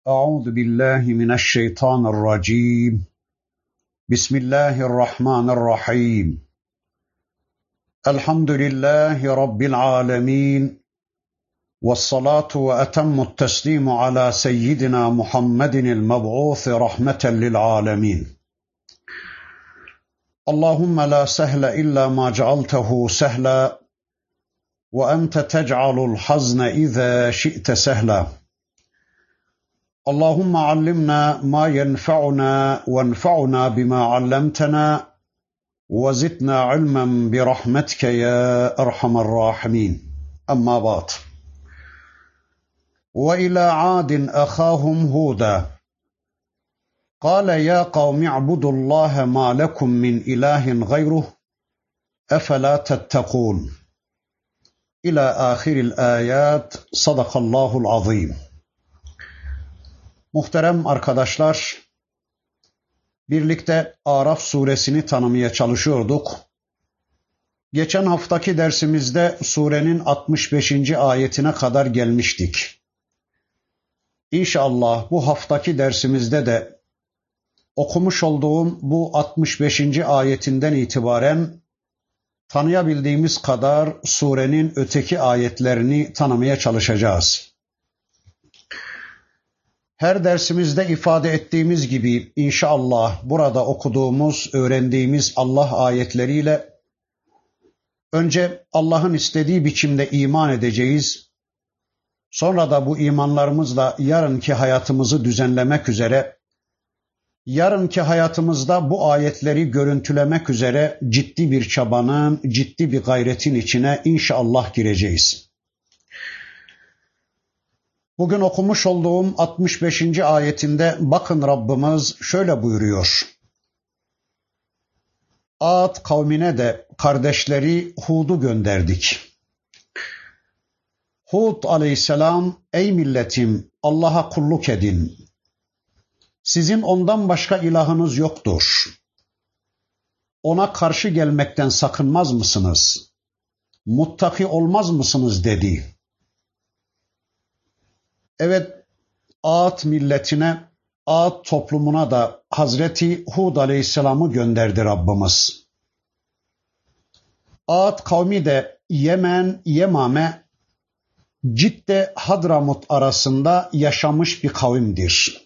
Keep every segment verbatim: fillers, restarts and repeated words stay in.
أعوذ بالله من الشيطان الرجيم بسم الله الرحمن الرحيم الحمد لله رب العالمين والصلاة وأتم التسليم على سيدنا محمد المبعوث رحمة للعالمين اللهم لا سهل إلا ما جعلته سهلا وأنت تجعل الحزن إذا شئت سهلا اللهم علمنا ما ينفعنا وانفعنا بما علمتنا وزدنا علما برحمتك يا أرحم الراحمين أما بعد وإلى عاد أخاهم هودا قال يا قوم اعبدوا الله ما لكم من إله غيره أفلا تتقون إلى آخر الآيات صدق الله العظيم. Muhterem arkadaşlar, birlikte Araf suresini tanımaya çalışıyorduk. Geçen haftaki dersimizde surenin altmış beşinci ayetine kadar gelmiştik. İnşallah bu haftaki dersimizde de okumuş olduğum bu altmış beşinci ayetinden itibaren tanıyabildiğimiz kadar surenin öteki ayetlerini tanımaya çalışacağız. Her dersimizde ifade ettiğimiz gibi inşallah burada okuduğumuz, öğrendiğimiz Allah ayetleriyle önce Allah'ın istediği biçimde iman edeceğiz. Sonra da bu imanlarımızla yarınki hayatımızı düzenlemek üzere, yarınki hayatımızda bu ayetleri görüntülemek üzere ciddi bir çabanın, ciddi bir gayretin içine inşallah gireceğiz. Bugün okumuş olduğum altmış beşinci ayetinde bakın Rabbimiz şöyle buyuruyor. Ad kavmine de kardeşleri Hud'u gönderdik. Hud aleyhisselam, ey milletim Allah'a kulluk edin. Sizin ondan başka ilahınız yoktur. Ona karşı gelmekten sakınmaz mısınız? Muttaki olmaz mısınız dedi. Evet, Ad milletine, Ad toplumuna da Hazreti Hud aleyhisselamı gönderdi Rabbimiz. Ad kavmi de Yemen, Yemame, Cidde, Hadramut arasında yaşamış bir kavimdir.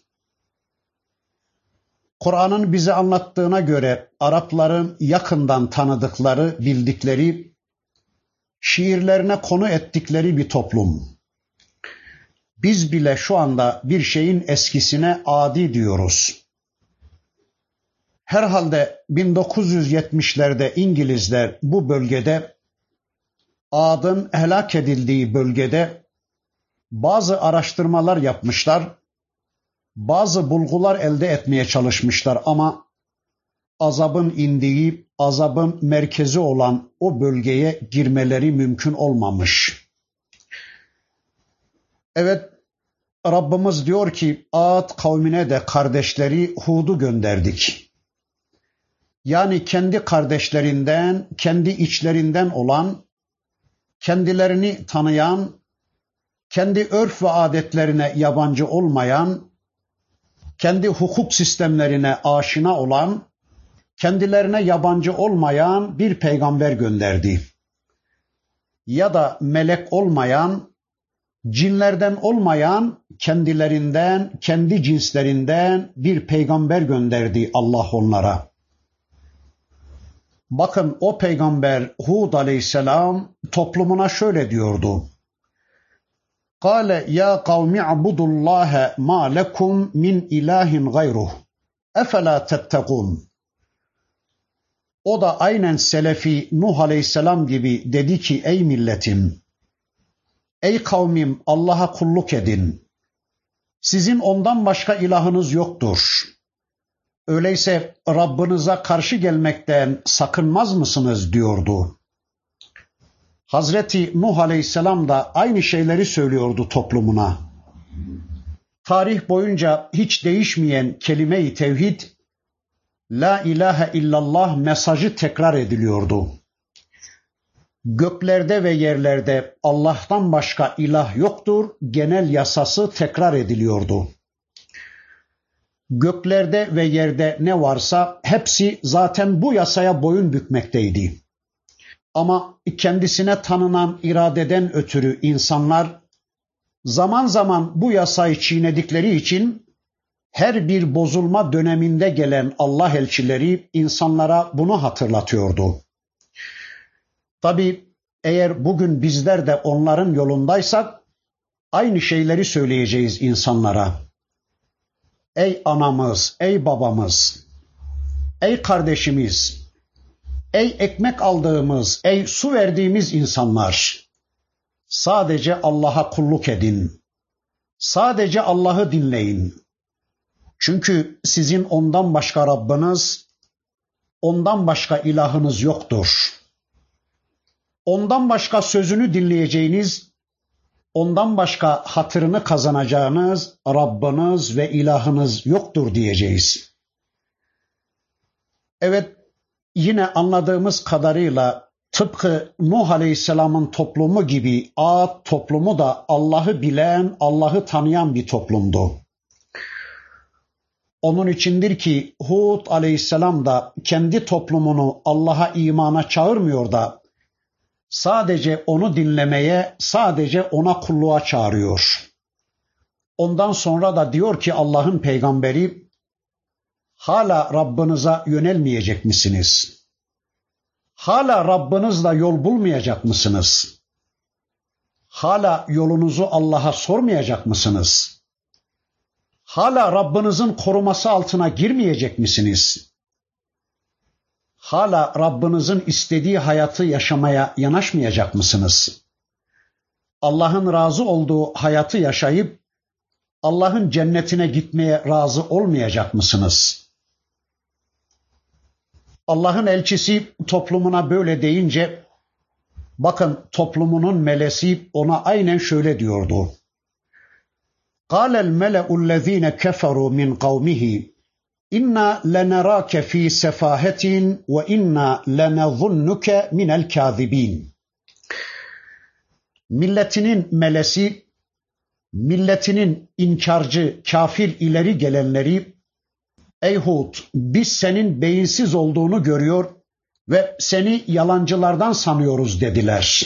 Kur'an'ın bize anlattığına göre Arapların yakından tanıdıkları, bildikleri, şiirlerine konu ettikleri bir toplum. Biz bile şu anda bir şeyin eskisine adi diyoruz. Herhalde bin dokuz yüz yetmişlerde İngilizler bu bölgede, Ad'ın helak edildiği bölgede bazı araştırmalar yapmışlar, bazı bulgular elde etmeye çalışmışlar ama azabın indiği, azabın merkezi olan o bölgeye girmeleri mümkün olmamış. Evet, Rabbimiz diyor ki Ad kavmine de kardeşleri Hud'u gönderdik. Yani kendi kardeşlerinden, kendi içlerinden olan, kendilerini tanıyan, kendi örf ve adetlerine yabancı olmayan, kendi hukuk sistemlerine aşina olan, kendilerine yabancı olmayan bir peygamber gönderdi. Ya da melek olmayan, cinlerden olmayan, kendilerinden, kendi cinslerinden bir peygamber gönderdi Allah onlara. Bakın o peygamber Hud aleyhisselam toplumuna şöyle diyordu. Kale ya kavmi abudullaha ma lekum min ilahin gayruh. Efela tettekun. O da aynen Selefi Nuh aleyhisselam gibi dedi ki ey milletim, ey kavmim Allah'a kulluk edin. Sizin ondan başka ilahınız yoktur. Öyleyse Rabbinize karşı gelmekten sakınmaz mısınız diyordu. Hazreti Nuh aleyhisselam da aynı şeyleri söylüyordu toplumuna. Tarih boyunca hiç değişmeyen kelime-i tevhid, la ilahe illallah mesajı tekrar ediliyordu. Göklerde ve yerlerde Allah'tan başka ilah yoktur genel yasası tekrar ediliyordu. göklerde ve yerde ne varsa hepsi zaten bu yasaya boyun bükmekteydi. Ama kendisine tanınan iradeden ötürü insanlar zaman zaman bu yasayı çiğnedikleri için her bir bozulma döneminde gelen Allah elçileri insanlara bunu hatırlatıyordu. Tabii eğer bugün bizler de onların yolundaysak aynı şeyleri söyleyeceğiz insanlara. Ey anamız, ey babamız, ey kardeşimiz, ey ekmek aldığımız, ey su verdiğimiz insanlar, sadece Allah'a kulluk edin. Sadece Allah'ı dinleyin. Çünkü sizin ondan başka Rabbiniz, ondan başka ilahınız yoktur. Ondan başka sözünü dinleyeceğiniz, ondan başka hatırını kazanacağınız Rabbiniz ve ilahınız yoktur diyeceğiz. Evet, yine anladığımız kadarıyla tıpkı Nuh Aleyhisselam'ın toplumu gibi Ad toplumu da Allah'ı bilen, Allah'ı tanıyan bir toplumdu. Onun içindir ki Hud Aleyhisselam da kendi toplumunu Allah'a imana çağırmıyor da sadece onu dinlemeye, sadece ona kulluğa çağırıyor. Ondan sonra da diyor ki Allah'ın peygamberi, hala Rabbinize yönelmeyecek misiniz? Hala Rabbinizle yol bulmayacak mısınız? Hala yolunuzu Allah'a sormayacak mısınız? Hala Rabbinizin koruması altına girmeyecek misiniz? Hala Rabbinizin istediği hayatı yaşamaya yanaşmayacak mısınız? Allah'ın razı olduğu hayatı yaşayıp Allah'ın cennetine gitmeye razı olmayacak mısınız? Allah'ın elçisi toplumuna böyle deyince bakın toplumunun melesi ona aynen şöyle diyordu. قال الملأ الذين كفروا من قومه إنا لنراك في سفاهة وإنا لنظنك من الكاذبين. Milletinin melesi, milletinin inkarcı, kafir ileri gelenleri, ey Hud, biz senin beyinsiz olduğunu görüyor ve seni yalancılardan sanıyoruz dediler.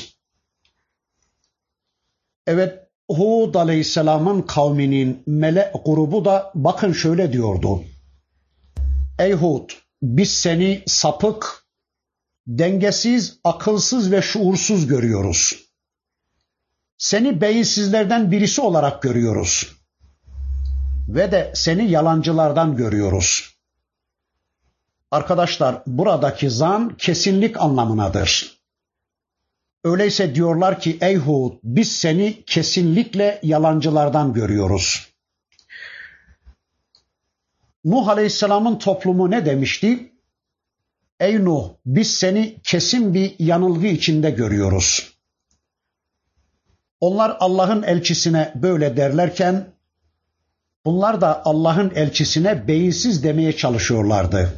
Evet, Hud Aleyhisselam'ın kavminin melek grubu da bakın şöyle diyordu. Ey Hud, biz seni sapık, dengesiz, akılsız ve şuursuz görüyoruz. Seni beyinsizlerden birisi olarak görüyoruz. Ve de seni yalancılardan görüyoruz. Arkadaşlar, buradaki zan kesinlik anlamınadır. Öyleyse diyorlar ki ey Hud, biz seni kesinlikle yalancılardan görüyoruz. Nuh Aleyhisselam'ın toplumu ne demişti? Ey Nuh, biz seni kesin bir yanılgı içinde görüyoruz. Onlar Allah'ın elçisine böyle derlerken bunlar da Allah'ın elçisine beyinsiz demeye çalışıyorlardı.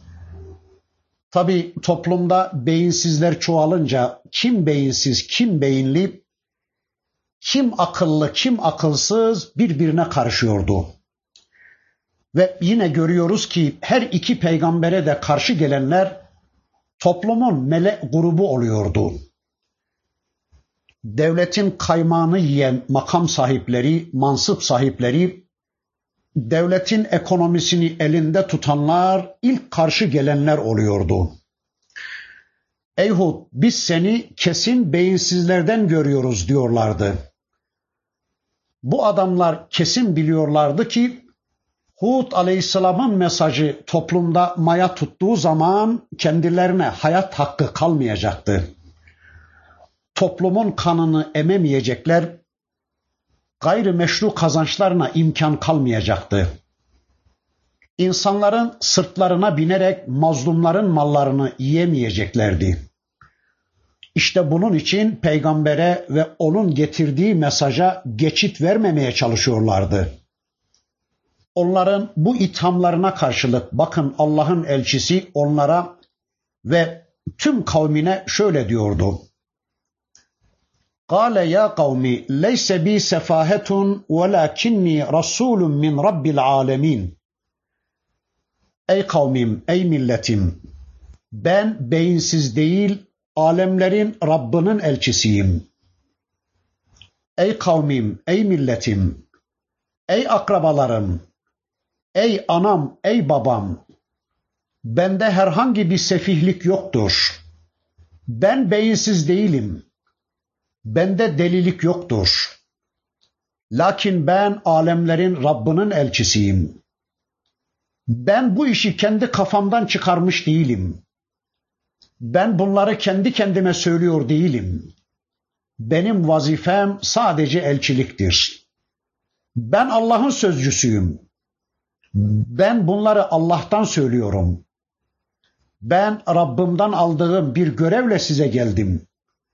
Tabii toplumda beyinsizler çoğalınca kim beyinsiz, kim beyinli, kim akıllı, kim akılsız birbirine karışıyordu. Ve yine görüyoruz ki her iki peygambere de karşı gelenler toplumun melek grubu oluyordu. Devletin kaymağını yiyen makam sahipleri, mansıp sahipleri, devletin ekonomisini elinde tutanlar ilk karşı gelenler oluyordu. Ey Hud, biz seni kesin beyinsizlerden görüyoruz diyorlardı. Bu adamlar kesin biliyorlardı ki Hud Aleyhisselam'ın mesajı toplumda maya tuttuğu zaman kendilerine hayat hakkı kalmayacaktı. Toplumun kanını ememeyecekler, gayrimeşru kazançlarına imkan kalmayacaktı. İnsanların sırtlarına binerek mazlumların mallarını yiyemeyeceklerdi. İşte bunun için peygambere ve onun getirdiği mesaja geçit vermemeye çalışıyorlardı. Onların bu ithamlarına karşılık bakın Allah'ın elçisi onlara ve tüm kavmine şöyle diyordu. قال يا قوم ليس بي سفاهة ولكني رسول من رب العالمين. Ey kavmim, ey milletim, ben beyinsiz değil, alemlerin Rabbinin elçisiyim. Ey kavmim, ey milletim, ey akrabalarım, ey anam, ey babam, bende herhangi bir sefihlik yoktur. Ben beyinsiz değilim. Bende delilik yoktur. Lakin ben alemlerin Rabbinin elçisiyim. Ben bu işi kendi kafamdan çıkarmış değilim. Ben bunları kendi kendime söylüyor değilim. Benim vazifem sadece elçiliktir. Ben Allah'ın sözcüsüyüm. Ben bunları Allah'tan söylüyorum. Ben Rabbimden aldığım bir görevle size geldim.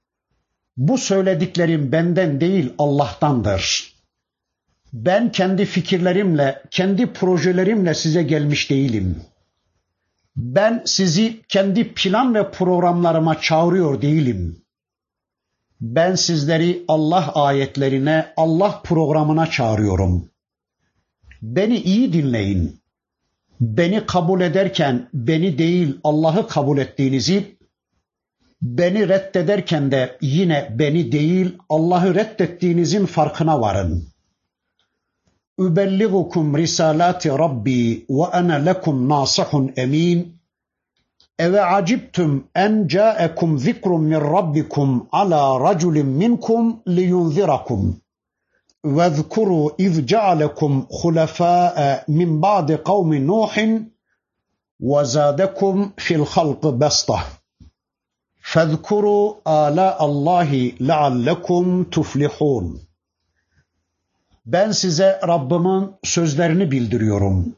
Bu söylediklerim benden değil Allah'tandır. Ben kendi fikirlerimle, kendi projelerimle size gelmiş değilim. Ben sizi kendi plan ve programlarıma çağırıyor değilim. Ben sizleri Allah ayetlerine, Allah programına çağırıyorum. Beni iyi dinleyin. Beni kabul ederken beni değil Allah'ı kabul ettiğinizi, beni reddederken de yine beni değil Allah'ı reddettiğinizin farkına varın. Übelligukum risalati Rabbi ve ana lekum nasihun emin. Eve acibtum en ca'ekum zikrun min rabbikum ala raculin minkum liyunzirakum. وَاذْكُرُوا اِذْ جَعَلَكُمْ خُلَفَاءَ مِنْ بَعْدِ قَوْمِ نُوحٍ وَزَادَكُمْ فِي الْخَلْقِ بَسْطَةً فَاذْكُرُوا آلَاءَ اللّٰهِ لَعَلَّكُمْ تُفْلِحُونَ. Ben size Rabbimin sözlerini bildiriyorum.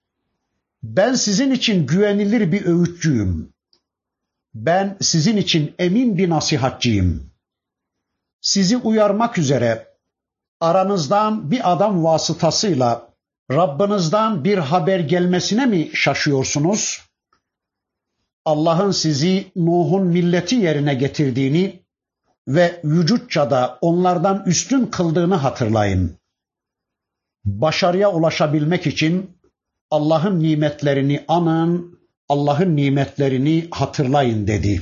Ben sizin için güvenilir bir öğütçüyüm. Ben sizin için emin bir nasihatçıyım. Sizi uyarmak üzere aranızdan bir adam vasıtasıyla Rabbinizden bir haber gelmesine mi şaşıyorsunuz? Allah'ın sizi Nuh'un milleti yerine getirdiğini ve vücutça da onlardan üstün kıldığını hatırlayın. Başarıya ulaşabilmek için Allah'ın nimetlerini anın, Allah'ın nimetlerini hatırlayın dedi.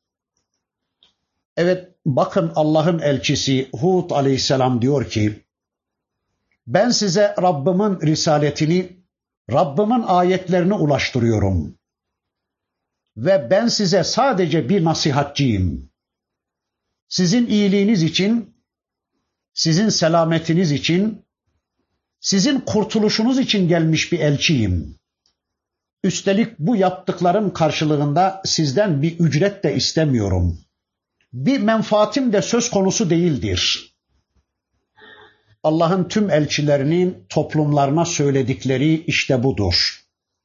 Evet, bakın Allah'ın elçisi Hud aleyhisselam diyor ki, ben size Rabbimin risaletini, Rabbimin ayetlerini ulaştırıyorum. Ve ben size sadece bir nasihatçıyım. Sizin iyiliğiniz için, sizin selametiniz için, sizin kurtuluşunuz için gelmiş bir elçiyim. Üstelik bu yaptıklarım karşılığında sizden bir ücret de istemiyorum. Bir menfaatim de söz konusu değildir. Allah'ın tüm elçilerinin toplumlarına söyledikleri işte budur.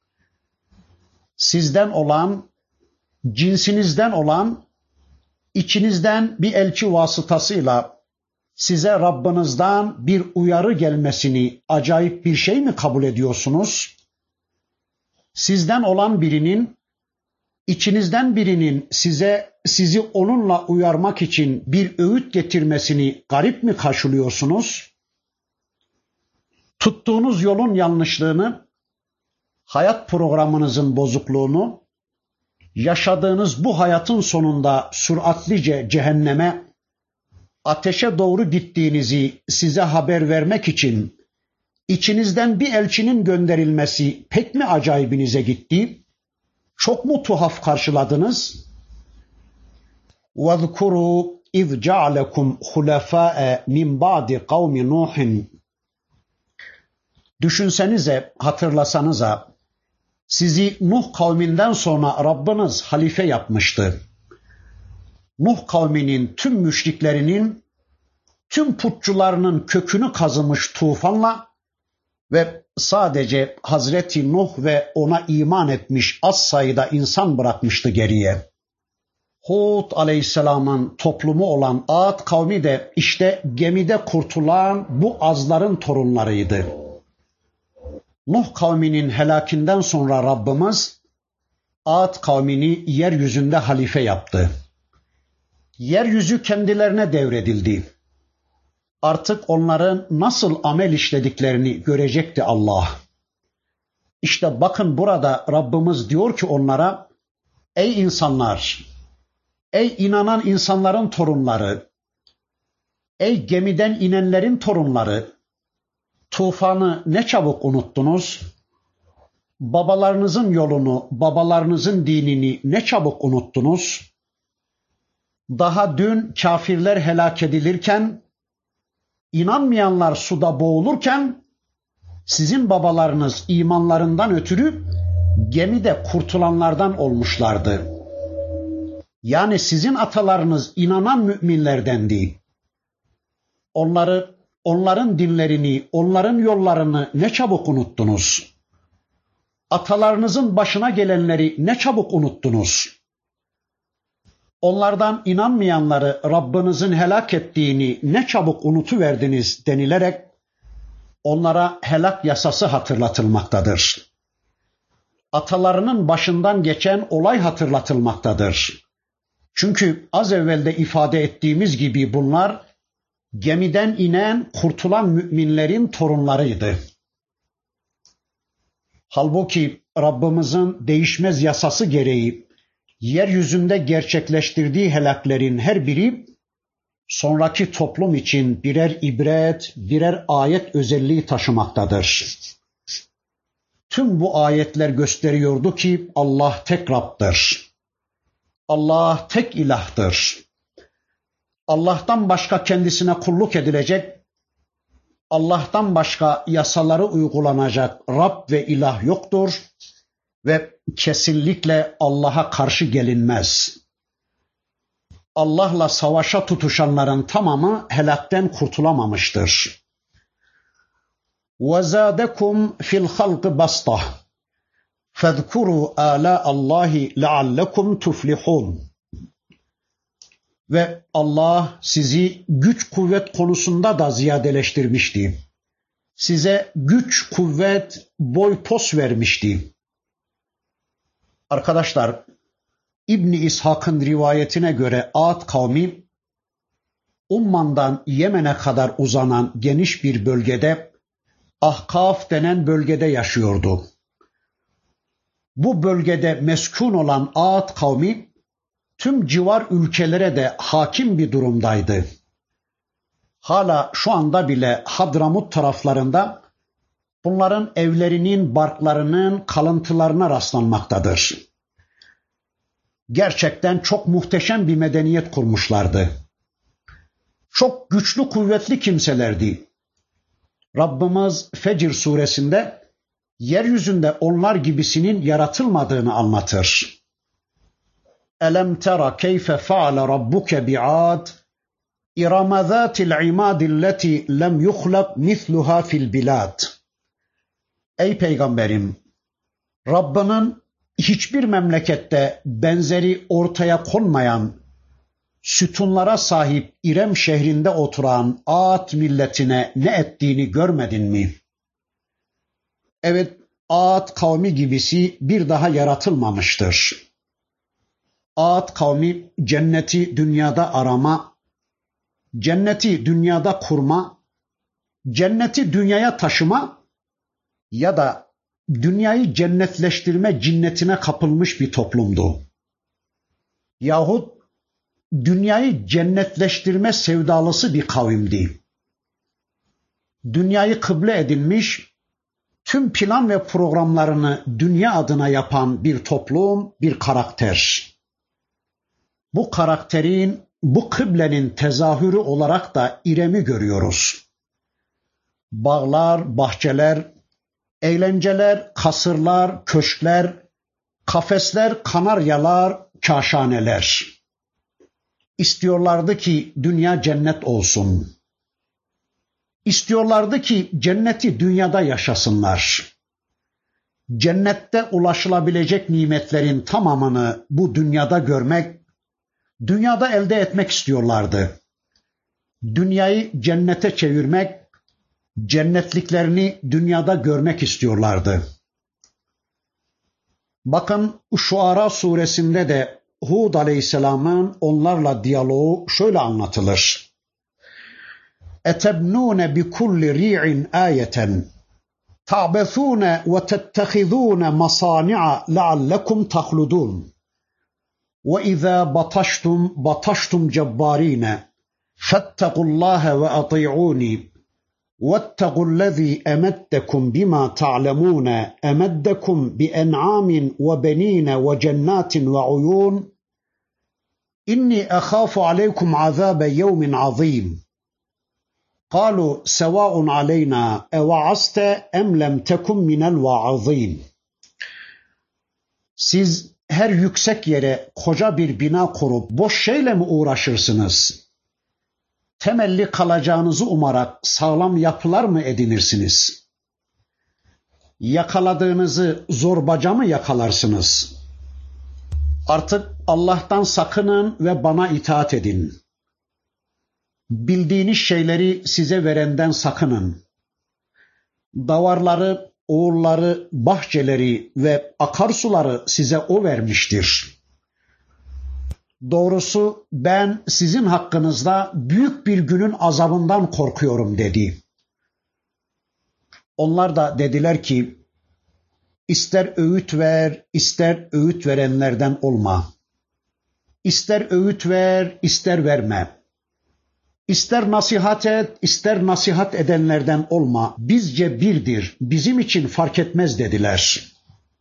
Sizden olan, cinsinizden olan, içinizden bir elçi vasıtasıyla size Rabbinizden bir uyarı gelmesini acayip bir şey mi kabul ediyorsunuz? Sizden olan birinin, İçinizden birinin size sizi onunla uyarmak için bir öğüt getirmesini garip mi karşılıyorsunuz? Tuttuğunuz yolun yanlışlığını, hayat programınızın bozukluğunu, yaşadığınız bu hayatın sonunda süratlice cehenneme, ateşe doğru gittiğinizi size haber vermek için içinizden bir elçinin gönderilmesi pek mi acayibinize gitti? Çok mu tuhaf karşıladınız? وَذْكُرُوا اِذْ جَعَلَكُمْ خُلَفَاءَ مِنْ بَعْدِ قَوْمِ نُوحٍ. Düşünsenize, hatırlasanıza, sizi Nuh kavminden sonra Rabbiniz halife yapmıştı. Nuh kavminin tüm müşriklerinin, tüm putçularının kökünü kazımış tufanla ve sadece Hazreti Nuh ve ona iman etmiş az sayıda insan bırakmıştı geriye. Hud aleyhisselamın toplumu olan Ad kavmi de işte gemide kurtulan bu azların torunlarıydı. Nuh kavminin helakinden sonra Rabbimiz Ad kavmini yeryüzünde halife yaptı. Yeryüzü kendilerine devredildi. Artık onların nasıl amel işlediklerini görecekti Allah. İşte bakın burada Rabbimiz diyor ki onlara, ey insanlar, ey inanan insanların torunları, ey gemiden inenlerin torunları, tufanı ne çabuk unuttunuz? Babalarınızın yolunu, babalarınızın dinini ne çabuk unuttunuz? Daha dün kafirler helak edilirken, inanmayanlar suda boğulurken, sizin babalarınız imanlarından ötürü gemide kurtulanlardan olmuşlardı. Yani sizin atalarınız inanan müminlerdendi. Onları, onların dinlerini, onların yollarını ne çabuk unuttunuz? Atalarınızın başına gelenleri ne çabuk unuttunuz? Onlardan inanmayanları Rabbinizin helak ettiğini ne çabuk unutuverdiniz denilerek onlara helak yasası hatırlatılmaktadır. Atalarının başından geçen olay hatırlatılmaktadır. Çünkü az evvel de ifade ettiğimiz gibi bunlar gemiden inen, kurtulan müminlerin torunlarıydı. Halbuki Rabbimizin değişmez yasası gereği yeryüzünde gerçekleştirdiği helaklerin her biri sonraki toplum için birer ibret, birer ayet özelliği taşımaktadır. Tüm bu ayetler gösteriyordu ki Allah tek Rabb'dir. Allah tek ilahtır. Allah'tan başka kendisine kulluk edilecek, Allah'tan başka yasaları uygulanacak Rab ve ilah yoktur ve kesinlikle Allah'a karşı gelinmez. Allah'la savaşa tutuşanların tamamı helakten kurtulamamıştır. وَزَادَكُمْ فِي الْخَلْقِ بَسْطَةً فَاذْكُرُوا آلَاءَ اللّٰهِ لَعَلَّكُمْ تُفْلِحُونَ. Ve Allah sizi güç kuvvet konusunda da ziyadeleştirmişti. Size güç, kuvvet, boy pos vermişti. Arkadaşlar, İbn İshak'ın rivayetine göre Ad kavmi Umman'dan Yemen'e kadar uzanan geniş bir bölgede, Ahkaf denen bölgede yaşıyordu. Bu bölgede meskun olan Ad kavmi tüm civar ülkelere de hakim bir durumdaydı. Hala şu anda bile Hadramut taraflarında bunların evlerinin, barklarının kalıntılarına rastlanmaktadır. Gerçekten çok muhteşem bir medeniyet kurmuşlardı. Çok güçlü, kuvvetli kimselerdi. Rabbimiz Fecr suresinde yeryüzünde onlar gibisinin yaratılmadığını anlatır. Elem tera keyfe faale rabbuke bi'ad İrama zâtil imâdilleti lem yuhlak misluha fil bilad. Ey peygamberim, Rabbinin hiçbir memlekette benzeri ortaya konmayan, sütunlara sahip İrem şehrinde oturan Ad milletine ne ettiğini görmedin mi? Evet, Ad kavmi gibisi bir daha yaratılmamıştır. Ad kavmi cenneti dünyada arama, cenneti dünyada kurma, cenneti dünyaya taşıma ya da dünyayı cennetleştirme cinnetine kapılmış bir toplumdu. Yahut dünyayı cennetleştirme sevdalısı bir kavimdi. Dünyayı kıble edinmiş, tüm plan ve programlarını dünya adına yapan bir toplum, bir karakter. Bu karakterin, bu kıblenin tezahürü olarak da İrem'i görüyoruz. Bağlar, bahçeler, eğlenceler, kasırlar, köşkler, kafesler, kanaryalar, kaşaneler. İstiyorlardı ki dünya cennet olsun. İstiyorlardı ki cenneti dünyada yaşasınlar. Cennette ulaşılabilecek nimetlerin tamamını bu dünyada görmek, dünyada elde etmek istiyorlardı. Dünyayı cennete çevirmek, cennetliklerini dünyada görmek istiyorlardı. Bakın Şuara suresinde de Hud aleyhisselamın onlarla diyaloğu şöyle anlatılır. Etebnune bi kulli ri'in ayeten تعبثون وتتخذون مصانع لعلكم تخلدون وإذا بطشتم بطشتم جبارين فاتقوا الله وأطيعوني واتقوا الذي أمدكم بما تعلمون أمدكم بأنعام وبنين وجنات وعيون إني أخاف عليكم عذاب يوم عظيم قالوا سواء علينا أوعظت أم لم تكن من الواعظين. Siz her yüksek yere koca bir bina kurup boş şeyle mi uğraşırsınız? Temelli kalacağınızı umarak sağlam yapılar mı edinirsiniz? Yakaladığınızı zorbaca mı yakalarsınız? Artık Allah'tan sakının ve bana itaat edin. Bildiğiniz şeyleri size verenden sakının. Davarları, oğulları, bahçeleri ve akarsuları size o vermiştir. Doğrusu ben sizin hakkınızda büyük bir günün azabından korkuyorum dedi. Onlar da dediler ki, ister öğüt ver, ister öğüt verenlerden olma. İster öğüt ver, ister verme. İster nasihat et, ister nasihat edenlerden olma. Bizce birdir, bizim için fark etmez dediler.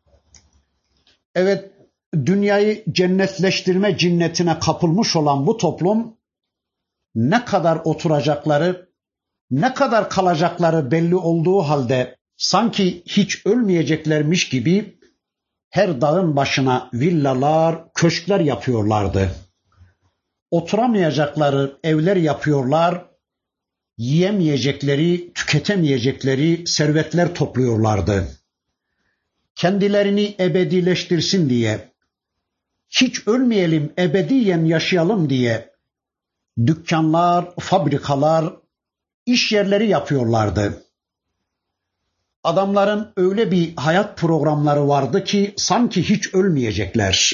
Evet, dünyayı cennetleştirme cinnetine kapılmış olan bu toplum ne kadar oturacakları, ne kadar kalacakları belli olduğu halde sanki hiç ölmeyeceklermiş gibi her dağın başına villalar, köşkler yapıyorlardı. Oturamayacakları evler yapıyorlar, yiyemeyecekleri, tüketemeyecekleri servetler topluyorlardı. Kendilerini ebedileştirsin diye, hiç ölmeyelim, ebediyen yaşayalım diye dükkanlar, fabrikalar, iş yerleri yapıyorlardı. Adamların öyle bir hayat programları vardı ki sanki hiç ölmeyecekler.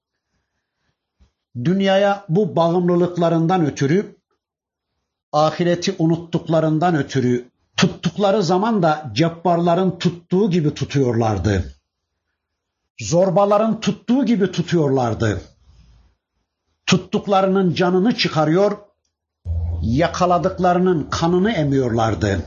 Dünyaya bu bağımlılıklarından ötürü, ahireti unuttuklarından ötürü, tuttukları zaman da cebbarların tuttuğu gibi tutuyorlardı. Zorbaların tuttuğu gibi tutuyorlardı. Tuttuklarının canını çıkarıyor, yakaladıklarının kanını emiyorlardı.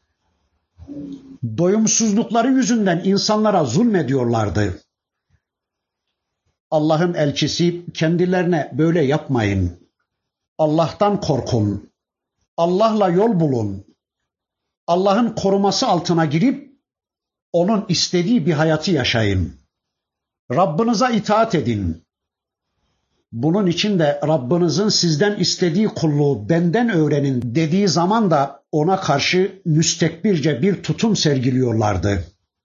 Doyumsuzlukları yüzünden insanlara zulmediyorlardı. Allah'ın elçisi kendilerine böyle yapmayın. Allah'tan korkun. Allah'la yol bulun. Allah'ın koruması altına girip onun istediği bir hayatı yaşayın. Rabbinize itaat edin. Bunun için de Rabbinizin sizden istediği kulluğu benden öğrenin dediği zaman da ona karşı müstekbirce bir tutum sergiliyorlardı.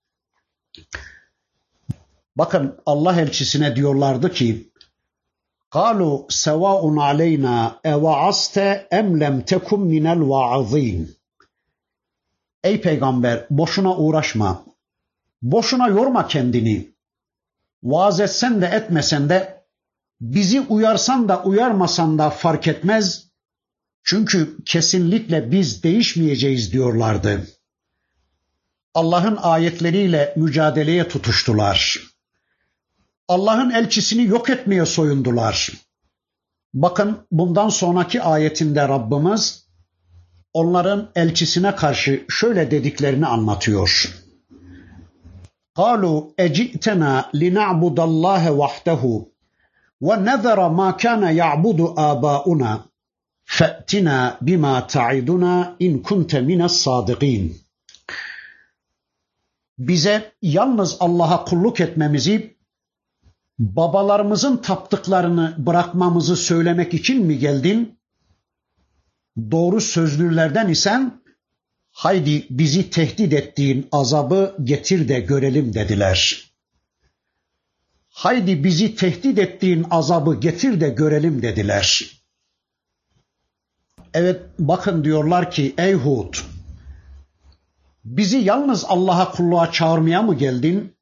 Bakın Allah elçisine diyorlardı ki, قَالُوا سَوَاءٌ عَلَيْنَا اَوَعَزْتَ اَمْ لَمْ تَكُمْ مِنَ الْوَاعِظِينَ. Ey peygamber, boşuna uğraşma, boşuna yorma kendini. Vaaz etsen de etmesen de, bizi uyarsan da uyarmasan da fark etmez. Çünkü kesinlikle biz değişmeyeceğiz diyorlardı. Allah'ın ayetleriyle mücadeleye tutuştular. Allah'ın elçisini yok etmeye soyundular. Bakın bundan sonraki ayetinde Rabbimiz onların elçisine karşı şöyle dediklerini anlatıyor. قَالُوا اَجِئْتَنَا لِنَعْبُدَ اللّٰهَ وَحْدَهُ وَنَذَرَ مَا كَانَ يَعْبُدُ آبَاؤُنَا فَأْتِنَا بِمَا تَعِدُنَا اِنْ كُنْتَ مِنَ الصَّادِقِينَ. Bize yalnız Allah'a kulluk etmemizi, babalarımızın taptıklarını bırakmamızı söylemek için mi geldin? Doğru sözlülerden isen, haydi bizi tehdit ettiğin azabı getir de görelim dediler. Haydi bizi tehdit ettiğin azabı getir de görelim dediler. Evet, bakın diyorlar ki, ey Hud, bizi yalnız Allah'a kulluğa çağırmaya mı geldin?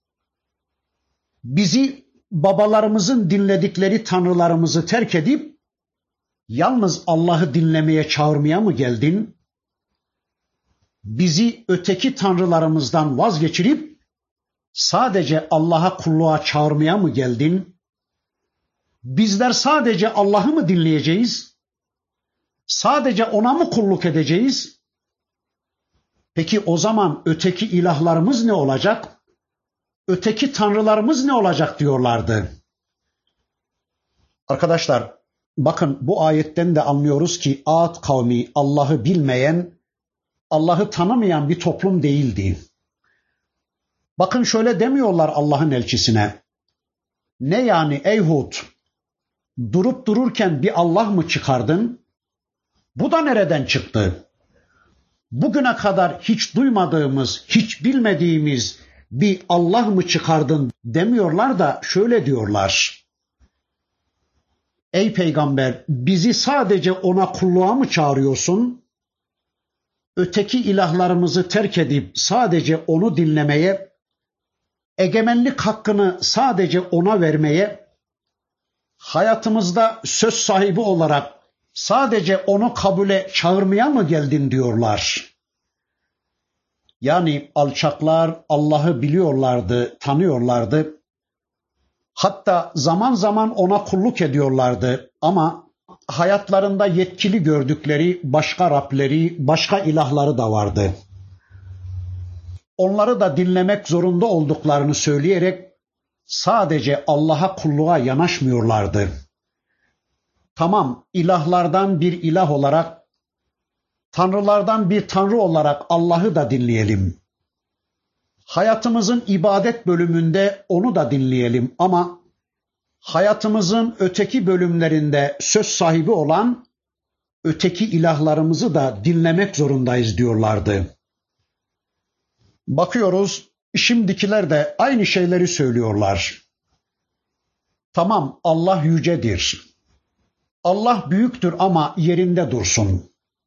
Bizi babalarımızın dinledikleri tanrılarımızı terk edip yalnız Allah'ı dinlemeye çağırmaya mı geldin? bizi öteki tanrılarımızdan vazgeçirip sadece Allah'a kulluğa çağırmaya mı geldin? Bizler sadece Allah'ı mı dinleyeceğiz? Sadece ona mı kulluk edeceğiz? Peki o zaman öteki ilahlarımız ne olacak? Öteki tanrılarımız ne olacak diyorlardı. Arkadaşlar bakın bu ayetten de anlıyoruz ki Ad kavmi Allah'ı bilmeyen, Allah'ı tanımayan bir toplum değildi. Bakın şöyle demiyorlar Allah'ın elçisine. Ne yani ey Hud? Durup dururken bir Allah mı çıkardın? Bu da nereden çıktı? Bugüne kadar hiç duymadığımız, hiç bilmediğimiz bir Allah mı çıkardın demiyorlar da şöyle diyorlar. Ey peygamber, bizi sadece ona kulluğa mı çağırıyorsun? Öteki ilahlarımızı terk edip sadece onu dinlemeye, egemenlik hakkını sadece ona vermeye, hayatımızda söz sahibi olarak sadece onu kabule çağırmaya mı geldin diyorlar. Yani alçaklar Allah'ı biliyorlardı, tanıyorlardı. Hatta zaman zaman ona kulluk ediyorlardı ama hayatlarında yetkili gördükleri başka Rableri, başka ilahları da vardı. Onları da dinlemek zorunda olduklarını söyleyerek sadece Allah'a kulluğa yanaşmıyorlardı. Tamam, ilahlardan bir ilah olarak, tanrılardan bir tanrı olarak Allah'ı da dinleyelim. Hayatımızın ibadet bölümünde onu da dinleyelim ama hayatımızın öteki bölümlerinde söz sahibi olan öteki ilahlarımızı da dinlemek zorundayız diyorlardı. Bakıyoruz, şimdikiler de aynı şeyleri söylüyorlar. Tamam, Allah yücedir. Allah büyüktür ama yerinde dursun.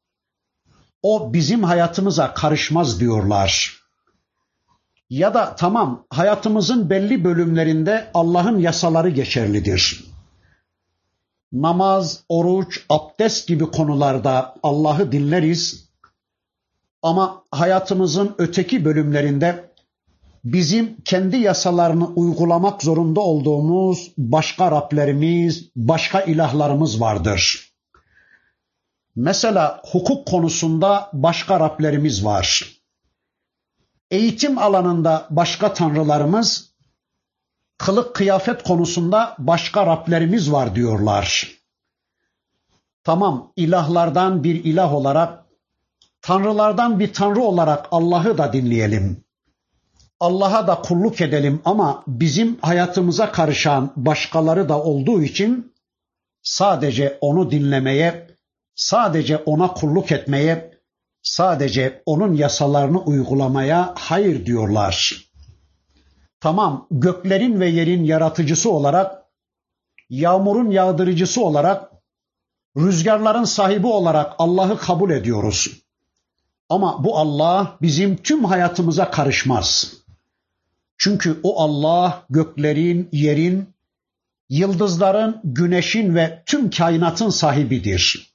O bizim hayatımıza karışmaz diyorlar. Ya da tamam, hayatımızın belli bölümlerinde Allah'ın yasaları geçerlidir. Namaz, oruç, abdest gibi konularda Allah'ı dinleriz. Ama hayatımızın öteki bölümlerinde bizim kendi yasalarını uygulamak zorunda olduğumuz başka Rablerimiz, başka ilahlarımız vardır. Mesela hukuk konusunda başka Rablerimiz var. Eğitim alanında başka tanrılarımız, kılık kıyafet konusunda başka Rablerimiz var diyorlar. Tamam, ilahlardan bir ilah olarak, tanrılardan bir tanrı olarak Allah'ı da dinleyelim. Allah'a da kulluk edelim ama bizim hayatımıza karışan başkaları da olduğu için sadece onu dinlemeye, sadece ona kulluk etmeye, sadece onun yasalarını uygulamaya hayır diyorlar. Tamam, göklerin ve yerin yaratıcısı olarak, yağmurun yağdırıcısı olarak, rüzgarların sahibi olarak Allah'ı kabul ediyoruz. Ama bu Allah bizim tüm hayatımıza karışmaz. Çünkü o Allah göklerin, yerin, yıldızların, güneşin ve tüm kainatın sahibidir.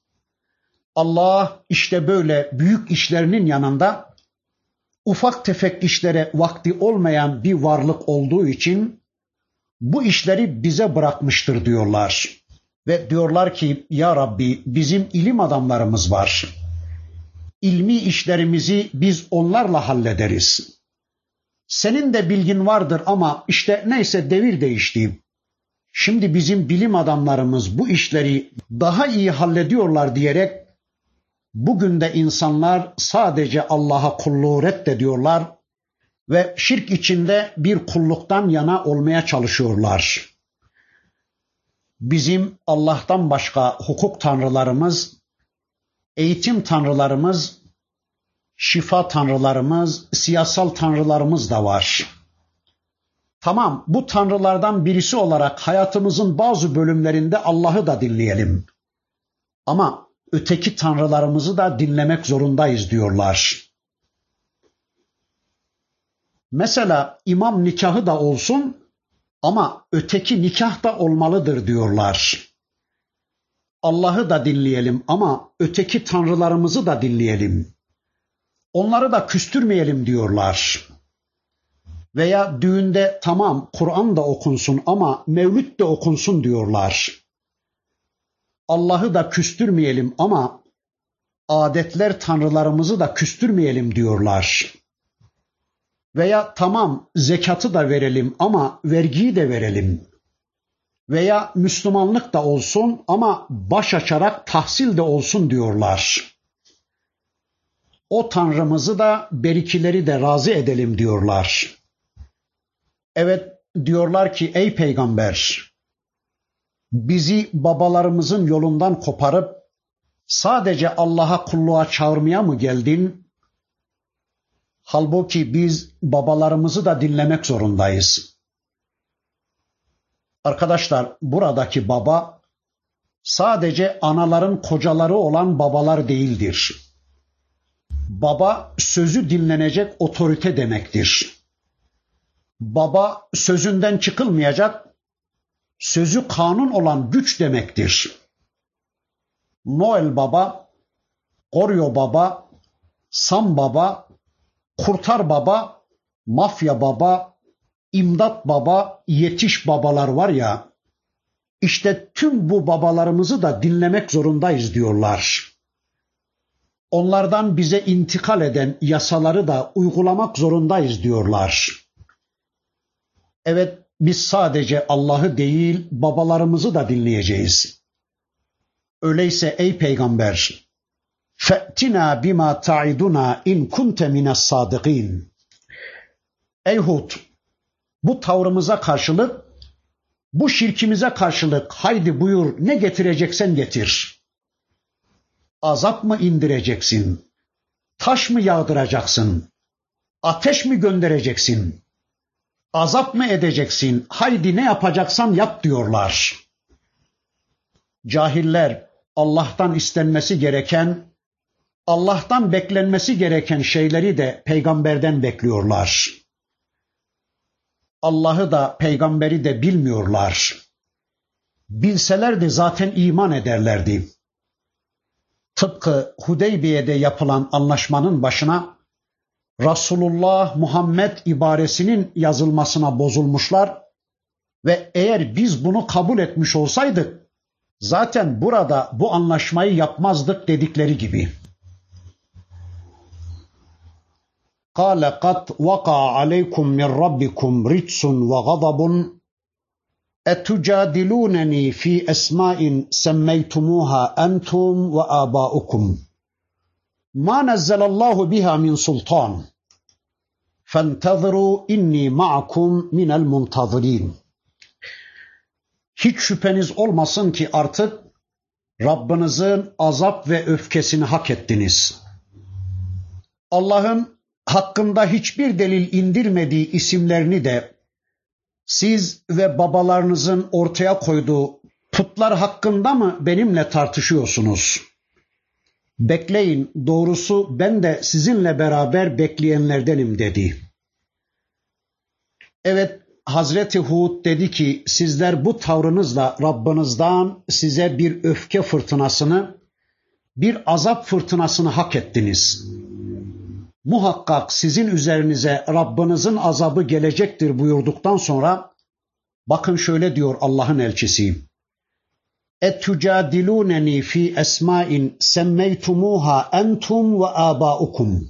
Allah işte böyle büyük işlerinin yanında ufak tefek işlere vakti olmayan bir varlık olduğu için bu işleri bize bırakmıştır diyorlar. Ve diyorlar ki ya Rabbi bizim ilim adamlarımız var. İlmi işlerimizi biz onlarla hallederiz. Senin de bilgin vardır ama işte neyse devir değişti. Şimdi bizim bilim adamlarımız bu işleri daha iyi hallediyorlar diyerek bugün de insanlar sadece Allah'a kulluğu reddediyorlar ve şirk içinde bir kulluktan yana olmaya çalışıyorlar. Bizim Allah'tan başka hukuk tanrılarımız, eğitim tanrılarımız, şifa tanrılarımız, siyasal tanrılarımız da var. Tamam, bu tanrılardan birisi olarak hayatımızın bazı bölümlerinde Allah'ı da dinleyelim. Ama öteki tanrılarımızı da dinlemek zorundayız diyorlar. Mesela imam nikahı da olsun ama öteki nikah da olmalıdır diyorlar. Allah'ı da dinleyelim ama öteki tanrılarımızı da dinleyelim. Onları da küstürmeyelim diyorlar. Veya düğünde tamam Kur'an da okunsun ama mevlüt de okunsun diyorlar. Allah'ı da küstürmeyelim ama adetler tanrılarımızı da küstürmeyelim diyorlar. Veya tamam zekatı da verelim ama vergiyi de verelim. Veya Müslümanlık da olsun ama baş açarak tahsil de olsun diyorlar. O tanrımızı da berikileri de razı edelim diyorlar. Evet diyorlar ki ey peygamber, bizi babalarımızın yolundan koparıp sadece Allah'a kulluğa çağırmaya mı geldin? Halbuki biz babalarımızı da dinlemek zorundayız. Arkadaşlar buradaki baba sadece anaların kocaları olan babalar değildir. Baba sözü dinlenecek otorite demektir. Baba sözünden çıkılmayacak, sözü kanun olan güç demektir. Noel Baba, Oreo Baba, Sam Baba, Kurtar Baba, Mafya Baba, İmdat Baba, Yetiş Babalar var ya, işte tüm bu babalarımızı da dinlemek zorundayız diyorlar. Onlardan bize intikal eden yasaları da uygulamak zorundayız diyorlar. Evet, biz sadece Allah'ı değil, babalarımızı da dinleyeceğiz. Öyleyse ey peygamber, فَأْتِنَا بِمَا تَعِدُنَا اِنْ كُنْتَ مِنَ الصَّادِقِينَ. Ey Hud, bu tavrımıza karşılık, bu şirkimize karşılık haydi buyur ne getireceksen getir. Azap mı indireceksin? Taş mı yağdıracaksın? Ateş mi göndereceksin? Azap mı edeceksin? Haydi ne yapacaksan yap diyorlar. Cahiller Allah'tan istenmesi gereken, Allah'tan beklenmesi gereken şeyleri de peygamberden bekliyorlar. Allah'ı da peygamberi de bilmiyorlar. Bilselerdi zaten iman ederlerdi. Tıpkı Hudeybiye'de yapılan anlaşmanın başına Resulullah Muhammed ibaresinin yazılmasına bozulmuşlar ve eğer biz bunu kabul etmiş olsaydık zaten burada bu anlaşmayı yapmazdık dedikleri gibi. قَالَ قَدْ وَقَعَ عَلَيْكُمْ مِنْ رَبِّكُمْ رِجْسٌ وَغَضَبٌ اَتُجَادِلُونَنِي فِي أَسْمَاءٍ سَمَّيْتُمُوهَا أَنْتُمْ وَآبَاؤُكُمْ مَا نَزَّلَ اللّٰهُ بِهَا مِنْ سُلْطَانٍ فَانْتَظِرُوا اِنِّي مَعَكُمْ مِنَ الْمُنْتَظِرِينَ. Hiç şüpheniz olmasın ki artık Rabbinizin azap ve öfkesini hak ettiniz. Allah'ın hakkında hiçbir delil indirmediği isimlerini de siz ve babalarınızın ortaya koyduğu putlar hakkında mı benimle tartışıyorsunuz? Bekleyin, doğrusu ben de sizinle beraber bekleyenlerdenim dedi. Evet, Hazreti Hud dedi ki sizler bu tavrınızla Rabbinizden size bir öfke fırtınasını, bir azap fırtınasını hak ettiniz. Muhakkak sizin üzerinize Rabbinizin azabı gelecektir buyurduktan sonra bakın şöyle diyor Allah'ın elçisi. اَتُّجَادِلُونَنِي فِي أَسْمَاءٍ سَمَّيْتُمُوهَا أَنْتُمْ وَآبَاؤُكُمْ.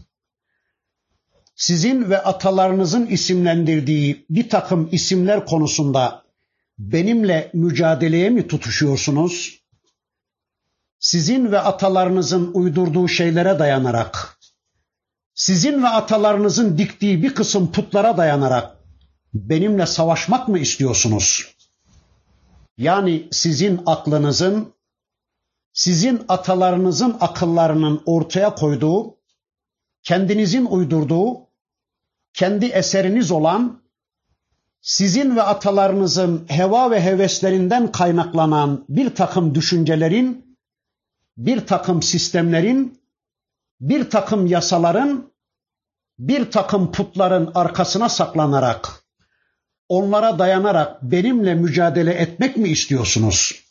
Sizin ve atalarınızın isimlendirdiği bir takım isimler konusunda benimle mücadeleye mi tutuşuyorsunuz? Sizin ve atalarınızın uydurduğu şeylere dayanarak, sizin ve atalarınızın diktiği bir kısım putlara dayanarak benimle savaşmak mı istiyorsunuz? Yani sizin aklınızın, sizin atalarınızın akıllarının ortaya koyduğu, kendinizin uydurduğu, kendi eseriniz olan, sizin ve atalarınızın heva ve heveslerinden kaynaklanan bir takım düşüncelerin, bir takım sistemlerin, bir takım yasaların, bir takım putların arkasına saklanarak, onlara dayanarak benimle mücadele etmek mi istiyorsunuz?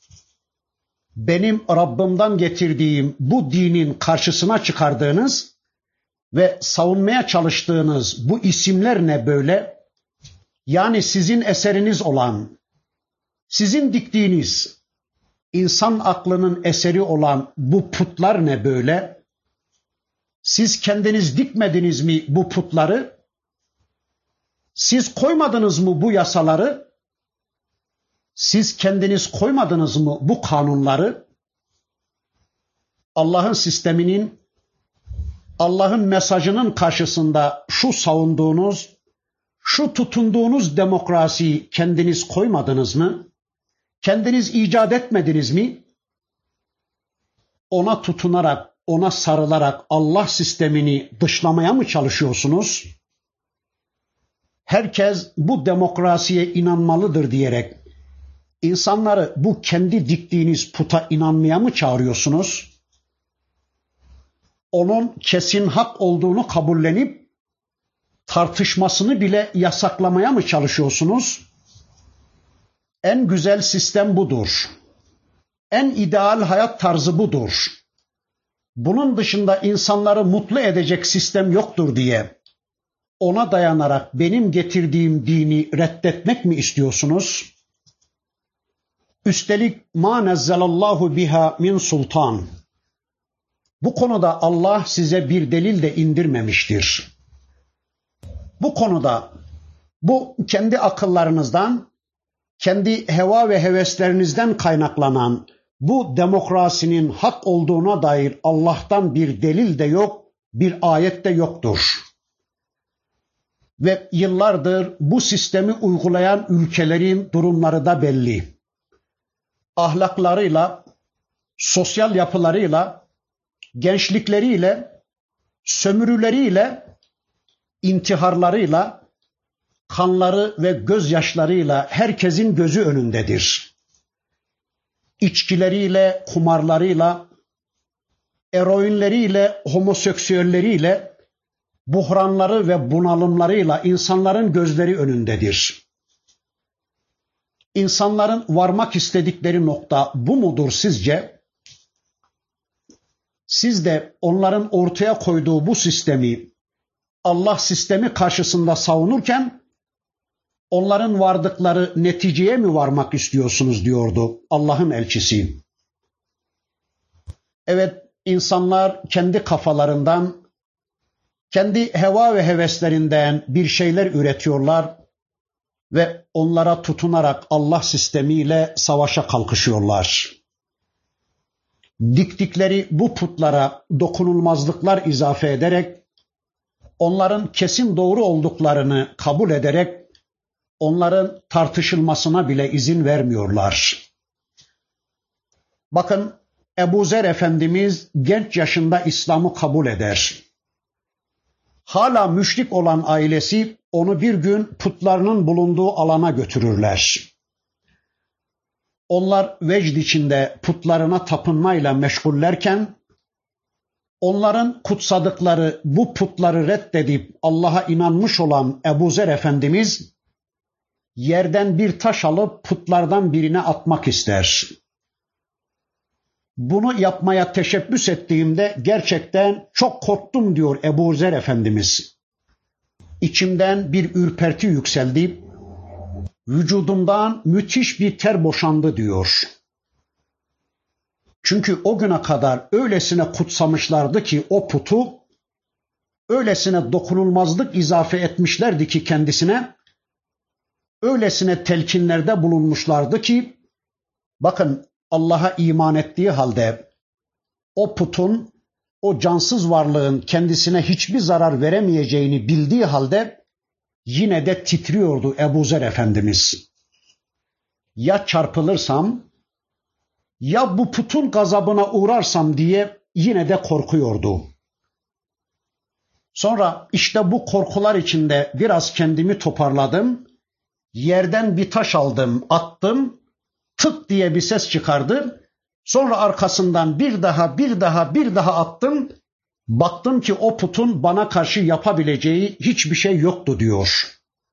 Benim Rabbimden getirdiğim bu dinin karşısına çıkardığınız, ve savunmaya çalıştığınız bu isimler ne böyle? Yani sizin eseriniz olan, sizin diktiğiniz, insan aklının eseri olan bu putlar ne böyle? Siz kendiniz dikmediniz mi bu putları? Siz koymadınız mı bu yasaları? Siz kendiniz koymadınız mı bu kanunları? Allah'ın sisteminin, Allah'ın mesajının karşısında şu savunduğunuz, şu tutunduğunuz demokrasiyi kendiniz koymadınız mı? Kendiniz icat etmediniz mi? Ona tutunarak, ona sarılarak Allah sistemini dışlamaya mı çalışıyorsunuz? Herkes bu demokrasiye inanmalıdır diyerek insanları bu kendi diktiğiniz puta inanmaya mı çağırıyorsunuz? Onun kesin hak olduğunu kabullenip tartışmasını bile yasaklamaya mı çalışıyorsunuz? En güzel sistem budur. En ideal hayat tarzı budur. Bunun dışında insanları mutlu edecek sistem yoktur diye ona dayanarak benim getirdiğim dini reddetmek mi istiyorsunuz? Üstelik ma nezzelallahu biha min sultan. Bu konuda Allah size bir delil de indirmemiştir. Bu konuda bu kendi akıllarınızdan, kendi heva ve heveslerinizden kaynaklanan bu demokrasinin hak olduğuna dair Allah'tan bir delil de yok, bir ayet de yoktur. Ve yıllardır bu sistemi uygulayan ülkelerin durumları da belli. Ahlaklarıyla, sosyal yapılarıyla, gençlikleriyle, sömürüleriyle, intiharlarıyla, kanları ve gözyaşlarıyla herkesin gözü önündedir. İçkileriyle, kumarlarıyla, eroinleriyle, homoseksüelleriyle, buhranları ve bunalımlarıyla insanların gözleri önündedir. İnsanların varmak istedikleri nokta bu mudur sizce? Siz de onların ortaya koyduğu bu sistemi, Allah sistemi karşısında savunurken onların vardıkları neticeye mi varmak istiyorsunuz diyordu Allah'ın elçisi. Evet, insanlar kendi kafalarından, kendi heva ve heveslerinden bir şeyler üretiyorlar ve onlara tutunarak Allah sistemiyle savaşa kalkışıyorlar. Diktikleri bu putlara dokunulmazlıklar izafe ederek, onların kesin doğru olduklarını kabul ederek, onların tartışılmasına bile izin vermiyorlar. Bakın, Ebu Zer Efendimiz genç yaşında İslam'ı kabul eder. Hala müşrik olan ailesi onu bir gün putlarının bulunduğu alana götürürler. Onlar vecd içinde putlarına tapınmayla meşgullerken, onların kutsadıkları bu putları reddedip Allah'a inanmış olan Ebu Zer Efendimiz, yerden bir taş alıp putlardan birine atmak ister. Bunu yapmaya teşebbüs ettiğimde gerçekten çok korktum diyor Ebu Zer Efendimiz. İçimden bir ürperti yükseldi, vücudumdan müthiş bir ter boşandı diyor. Çünkü o güne kadar öylesine kutsamışlardı ki o putu, öylesine dokunulmazlık izafe etmişlerdi ki kendisine, öylesine telkinlerde bulunmuşlardı ki, bakın Allah'a iman ettiği halde o putun, o cansız varlığın kendisine hiçbir zarar veremeyeceğini bildiği halde yine de titriyordu Ebu Zer Efendimiz. Ya çarpılırsam, ya bu putun gazabına uğrarsam diye yine de korkuyordu. Sonra işte bu korkular içinde biraz kendimi toparladım. Yerden bir taş aldım, attım. Tık diye bir ses çıkardı. Sonra arkasından bir daha, bir daha, bir daha attım. Baktım ki o putun bana karşı yapabileceği hiçbir şey yoktu diyor.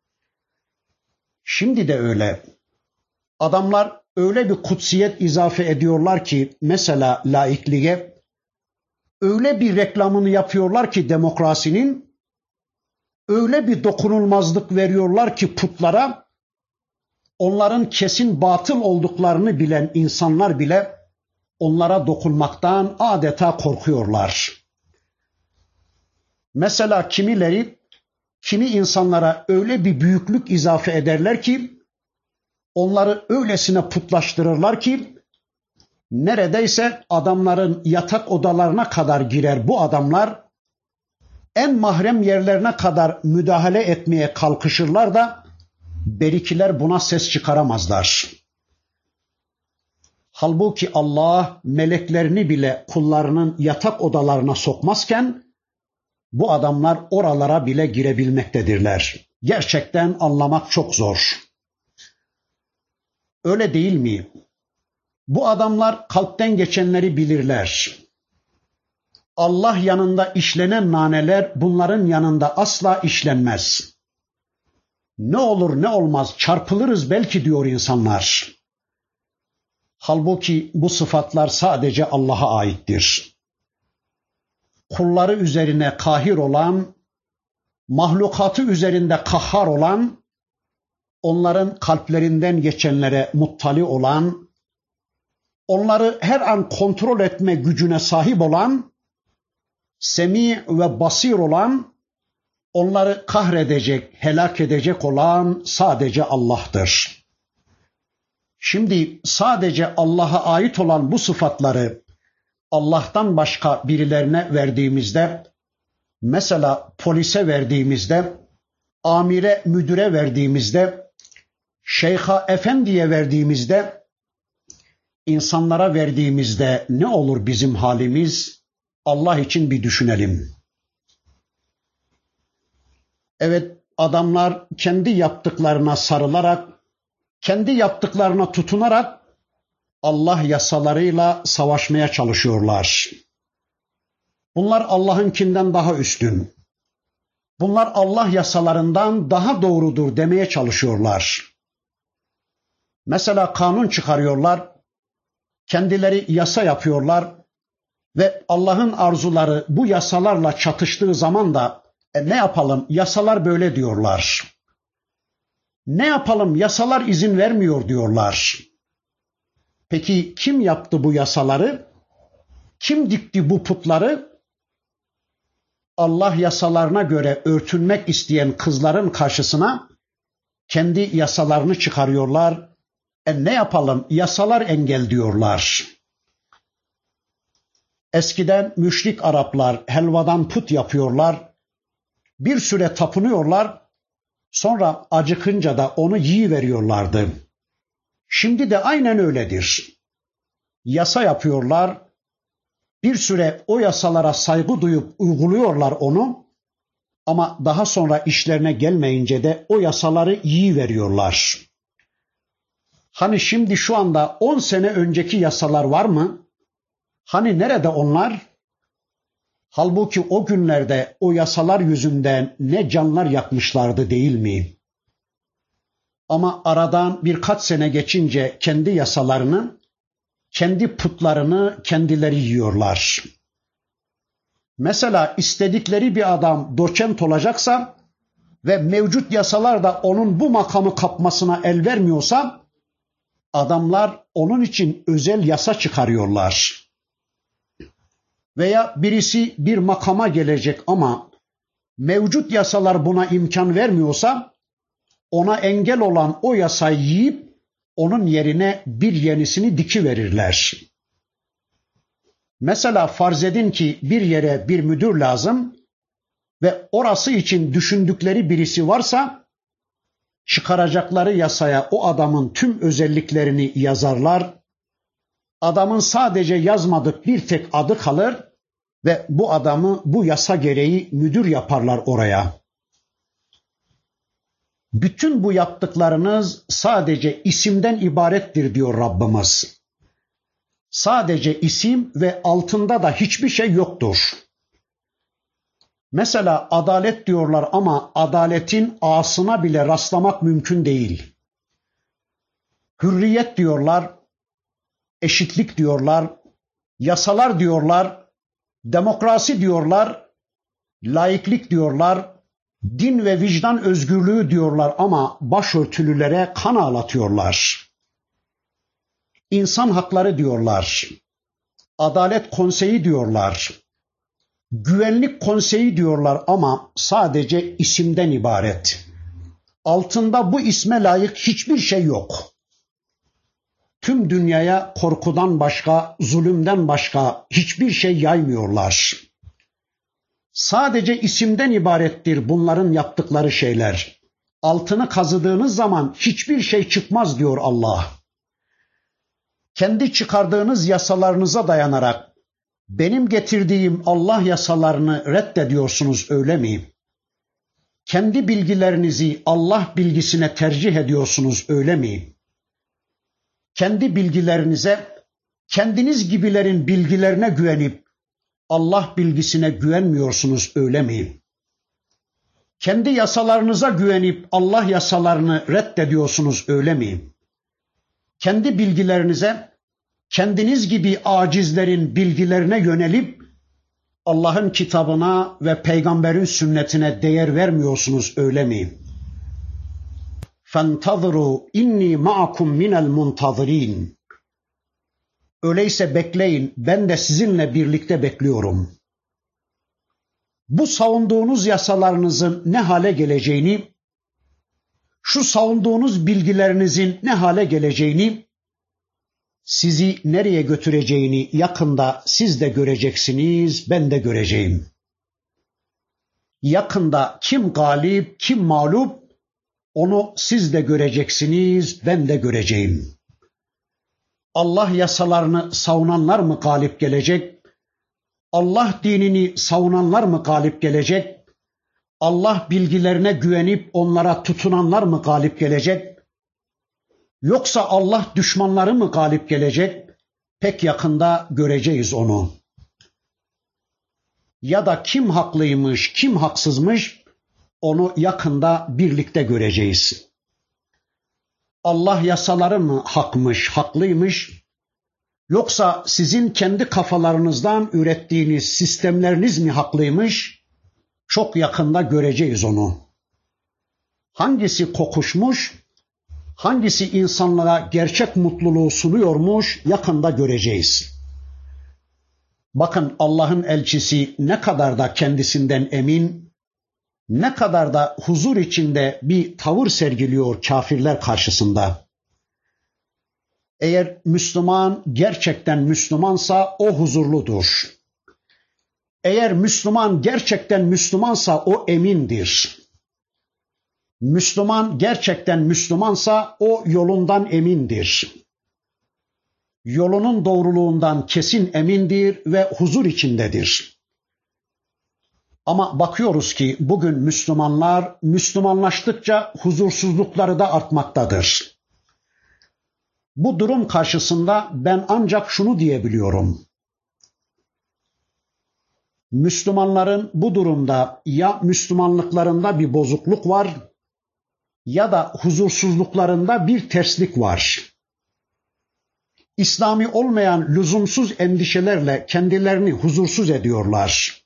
Şimdi de öyle. Adamlar öyle bir kutsiyet izafe ediyorlar ki mesela laikliğe, öyle bir reklamını yapıyorlar ki demokrasinin, öyle bir dokunulmazlık veriyorlar ki putlara, onların kesin batıl olduklarını bilen insanlar bile onlara dokunmaktan adeta korkuyorlar. Mesela kimileri, kimi insanlara öyle bir büyüklük izafe ederler ki, onları öylesine putlaştırırlar ki, neredeyse adamların yatak odalarına kadar girer bu adamlar, en mahrem yerlerine kadar müdahale etmeye kalkışırlar da, berikiler buna ses çıkaramazlar. Halbuki Allah meleklerini bile kullarının yatak odalarına sokmazken, bu adamlar oralara bile girebilmektedirler. Gerçekten anlamak çok zor. Öyle değil mi? Bu adamlar kalpten geçenleri bilirler. Allah yanında işlenen naneler bunların yanında asla işlenmez. Ne olur ne olmaz çarpılırız belki diyor insanlar. Halbuki bu sıfatlar sadece Allah'a aittir. Kulları üzerine kahir olan, mahlukatı üzerinde kahhar olan, onların kalplerinden geçenlere muttali olan, onları her an kontrol etme gücüne sahip olan, semi ve basir olan, onları kahredecek, helak edecek olan sadece Allah'tır. Şimdi sadece Allah'a ait olan bu sıfatları Allah'tan başka birilerine verdiğimizde, mesela polise verdiğimizde, amire, müdüre verdiğimizde, şeyha, efendiye verdiğimizde, insanlara verdiğimizde ne olur bizim halimiz? Allah için bir düşünelim. Evet, adamlar kendi yaptıklarına sarılarak, kendi yaptıklarına tutunarak Allah yasalarıyla savaşmaya çalışıyorlar. Bunlar Allah'ınkinden daha üstün. Bunlar Allah yasalarından daha doğrudur demeye çalışıyorlar. Mesela kanun çıkarıyorlar, kendileri yasa yapıyorlar ve Allah'ın arzuları bu yasalarla çatıştığı zaman da e, ne yapalım, yasalar böyle diyorlar. Ne yapalım, yasalar izin vermiyor diyorlar. Peki kim yaptı bu yasaları? Kim dikti bu putları? Allah yasalarına göre örtünmek isteyen kızların karşısına kendi yasalarını çıkarıyorlar. E ne yapalım? Yasalar engel diyorlar. Eskiden müşrik Araplar helvadan put yapıyorlar. Bir süre tapınıyorlar. Sonra acıkınca da onu yiyiveriyorlardı. Şimdi de aynen öyledir. Yasa yapıyorlar. Bir süre o yasalara saygı duyup uyguluyorlar onu. Ama daha sonra işlerine gelmeyince de o yasaları yiyiveriyorlar. Hani şimdi şu anda on sene önceki yasalar var mı? Hani nerede onlar? Halbuki o günlerde o yasalar yüzünden ne canlar yakmışlardı değil mi? Ama aradan birkaç sene geçince kendi yasalarını, kendi putlarını kendileri yiyorlar. Mesela istedikleri bir adam doçent olacaksa ve mevcut yasalar da onun bu makamı kapmasına el vermiyorsa, adamlar onun için özel yasa çıkarıyorlar. Veya birisi bir makama gelecek ama mevcut yasalar buna imkan vermiyorsa, ona engel olan o yasayı yiyip onun yerine bir yenisini dikiverirler. Mesela farz edin ki bir yere bir müdür lazım ve orası için düşündükleri birisi varsa, çıkaracakları yasaya o adamın tüm özelliklerini yazarlar. Adamın sadece yazmadık bir tek adı kalır ve bu adamı bu yasa gereği müdür yaparlar oraya. Bütün bu yaptıklarınız sadece isimden ibarettir diyor Rabbimiz. Sadece isim ve altında da hiçbir şey yoktur. Mesela adalet diyorlar ama adaletin A'sına bile rastlamak mümkün değil. Hürriyet diyorlar, eşitlik diyorlar, yasalar diyorlar, Demokrasi diyorlar, laiklik diyorlar, din ve vicdan özgürlüğü diyorlar ama başörtülülere kan ağlatıyorlar. İnsan hakları diyorlar, Adalet Konseyi diyorlar, Güvenlik Konseyi diyorlar ama sadece isimden ibaret. Altında bu isme layık hiçbir şey yok. Tüm dünyaya korkudan başka, zulümden başka hiçbir şey yaymıyorlar. Sadece isimden ibarettir bunların yaptıkları şeyler. Altını kazıdığınız zaman hiçbir şey çıkmaz diyor Allah. Kendi çıkardığınız yasalarınıza dayanarak benim getirdiğim Allah yasalarını reddediyorsunuz öyle mi? Kendi bilgilerinizi Allah bilgisine tercih ediyorsunuz öyle mi? Kendi bilgilerinize, kendiniz gibilerin bilgilerine güvenip Allah bilgisine güvenmiyorsunuz öyle mi? Kendi yasalarınıza güvenip Allah yasalarını reddediyorsunuz öyle mi? Kendi bilgilerinize, kendiniz gibi acizlerin bilgilerine yönelip Allah'ın kitabına ve peygamberin sünnetine değer vermiyorsunuz öyle mi? فَانْتَظِرُوا اِنِّي مَعَكُمْ مِنَ الْمُنْتَظِرِينَ. Öyleyse bekleyin, ben de sizinle birlikte bekliyorum. Bu savunduğunuz yasalarınızın ne hale geleceğini, şu savunduğunuz bilgilerinizin ne hale geleceğini, sizi nereye götüreceğini yakında siz de göreceksiniz, ben de göreceğim. Yakında kim galip, kim mağlup, onu siz de göreceksiniz, ben de göreceğim. Allah yasalarını savunanlar mı galip gelecek? Allah dinini savunanlar mı galip gelecek? Allah bilgilerine güvenip onlara tutunanlar mı galip gelecek? Yoksa Allah düşmanları mı galip gelecek? Pek yakında göreceğiz onu. Ya da kim haklıymış, kim haksızmış, onu yakında birlikte göreceğiz. Allah yasaları mı hakmış, haklıymış, yoksa sizin kendi kafalarınızdan ürettiğiniz sistemleriniz mi haklıymış? Çok yakında göreceğiz onu. Hangisi kokuşmuş, hangisi insanlara gerçek mutluluğu sunuyormuş yakında göreceğiz. Bakın Allah'ın elçisi ne kadar da kendisinden emin, ne kadar da huzur içinde bir tavır sergiliyor kafirler karşısında. Eğer Müslüman gerçekten Müslümansa o huzurludur. Eğer Müslüman gerçekten Müslümansa o emindir. Müslüman gerçekten Müslümansa o yolundan emindir. Yolunun doğruluğundan kesin emindir ve huzur içindedir. Ama bakıyoruz ki bugün Müslümanlar Müslümanlaştıkça huzursuzlukları da artmaktadır. Bu durum karşısında ben ancak şunu diyebiliyorum. Müslümanların bu durumda ya Müslümanlıklarında bir bozukluk var ya da huzursuzluklarında bir terslik var. İslami olmayan lüzumsuz endişelerle kendilerini huzursuz ediyorlar.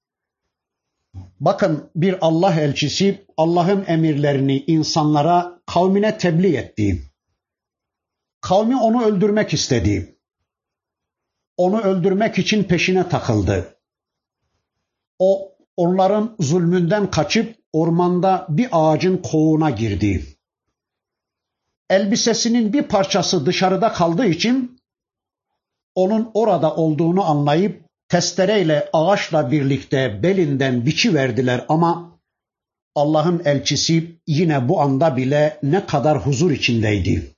Bakın bir Allah elçisi Allah'ın emirlerini insanlara, kavmine tebliğ etti. Kavmi onu öldürmek istedi. Onu öldürmek için peşine takıldı. O onların zulmünden kaçıp ormanda bir ağacın kovuğuna girdi. Elbisesinin bir parçası dışarıda kaldığı için onun orada olduğunu anlayıp testereyle ağaçla birlikte belinden biçiverdiler ama Allah'ın elçisi yine bu anda bile ne kadar huzur içindeydi.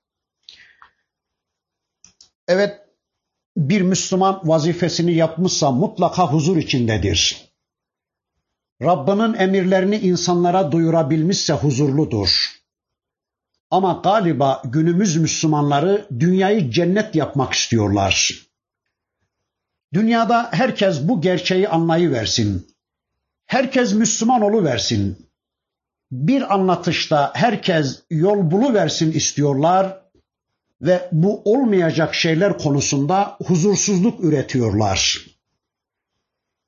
Evet, bir Müslüman vazifesini yapmışsa mutlaka huzur içindedir. Rabbinin emirlerini insanlara duyurabilmişse huzurludur. Ama galiba günümüz Müslümanları dünyayı cennet yapmak istiyorlar. Dünyada herkes bu gerçeği anlayıversin. Herkes Müslüman oluversin. Bir anlatışta herkes yol buluversin istiyorlar ve bu olmayacak şeyler konusunda huzursuzluk üretiyorlar.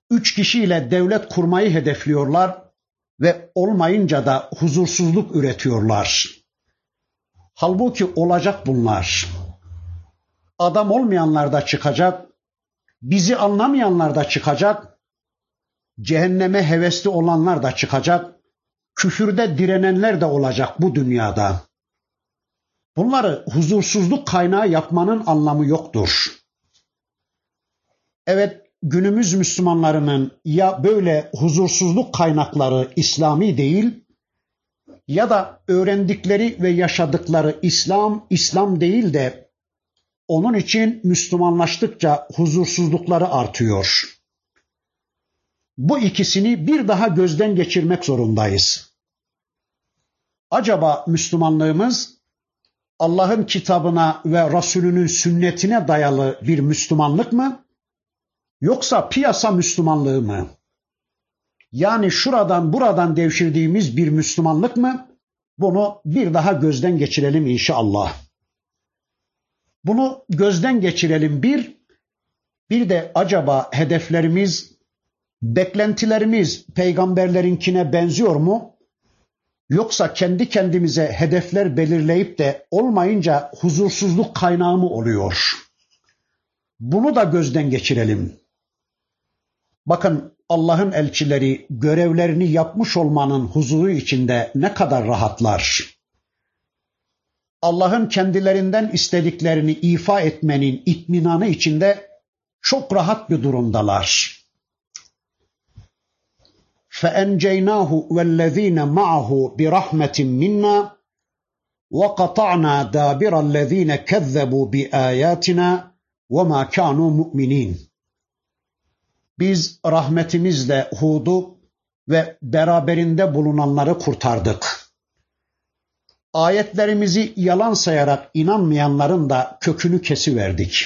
üç kişiyle devlet kurmayı hedefliyorlar ve olmayınca da huzursuzluk üretiyorlar. Halbuki olacak bunlar. Adam olmayanlar da çıkacak, bizi anlamayanlar da çıkacak, cehenneme hevesli olanlar da çıkacak, küfürde direnenler de olacak bu dünyada. Bunları huzursuzluk kaynağı yapmanın anlamı yoktur. Evet, günümüz Müslümanlarının ya böyle huzursuzluk kaynakları İslami değil ya da öğrendikleri ve yaşadıkları İslam, İslam değil de onun için Müslümanlaştıkça huzursuzlukları artıyor. Bu ikisini bir daha gözden geçirmek zorundayız. Acaba Müslümanlığımız Allah'ın kitabına ve Resulünün sünnetine dayalı bir Müslümanlık mı? Yoksa piyasa Müslümanlığı mı? Yani şuradan buradan devşirdiğimiz bir Müslümanlık mı? Bunu bir daha gözden geçirelim inşallah. Bunu gözden geçirelim bir, bir de acaba hedeflerimiz, beklentilerimiz peygamberlerinkine benziyor mu? Yoksa kendi kendimize hedefler belirleyip de olmayınca huzursuzluk kaynağı mı oluyor? Bunu da gözden geçirelim. Bakın Allah'ın elçileri görevlerini yapmış olmanın huzuru içinde ne kadar rahatlar. Allah'ın kendilerinden istediklerini ifa etmenin itminanı içinde çok rahat bir durumdalar. فَاَنْجَيْنَاهُ وَالَّذ۪ينَ مَعَهُ بِرَحْمَةٍ مِنَّا وَقَطَعْنَا دَابِرَ الَّذ۪ينَ كَذَّبُوا بِآيَاتِنَا وَمَا كَانُوا مُؤْمِنِينَ. Biz rahmetimizle Hud'u ve beraberinde bulunanları kurtardık. Ayetlerimizi yalan sayarak inanmayanların da kökünü kesiverdik.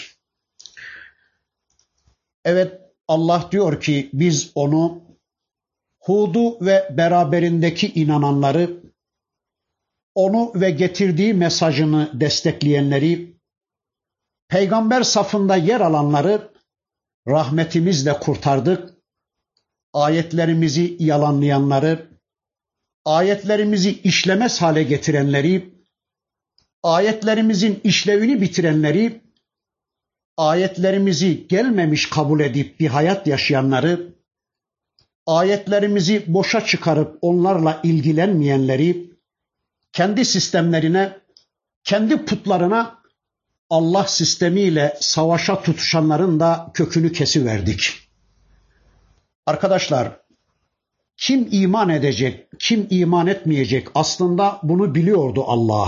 Evet, Allah diyor ki biz onu, Hud'u ve beraberindeki inananları, onu ve getirdiği mesajını destekleyenleri, peygamber safında yer alanları rahmetimizle kurtardık. Ayetlerimizi yalanlayanları, ayetlerimizi işlemez hale getirenleri, ayetlerimizin işlevini bitirenleri, ayetlerimizi gelmemiş kabul edip bir hayat yaşayanları, ayetlerimizi boşa çıkarıp onlarla ilgilenmeyenleri, kendi sistemlerine, kendi putlarına Allah sistemiyle savaşa tutuşanların da kökünü kesiverdik. Arkadaşlar, kim iman edecek, kim iman etmeyecek aslında bunu biliyordu Allah.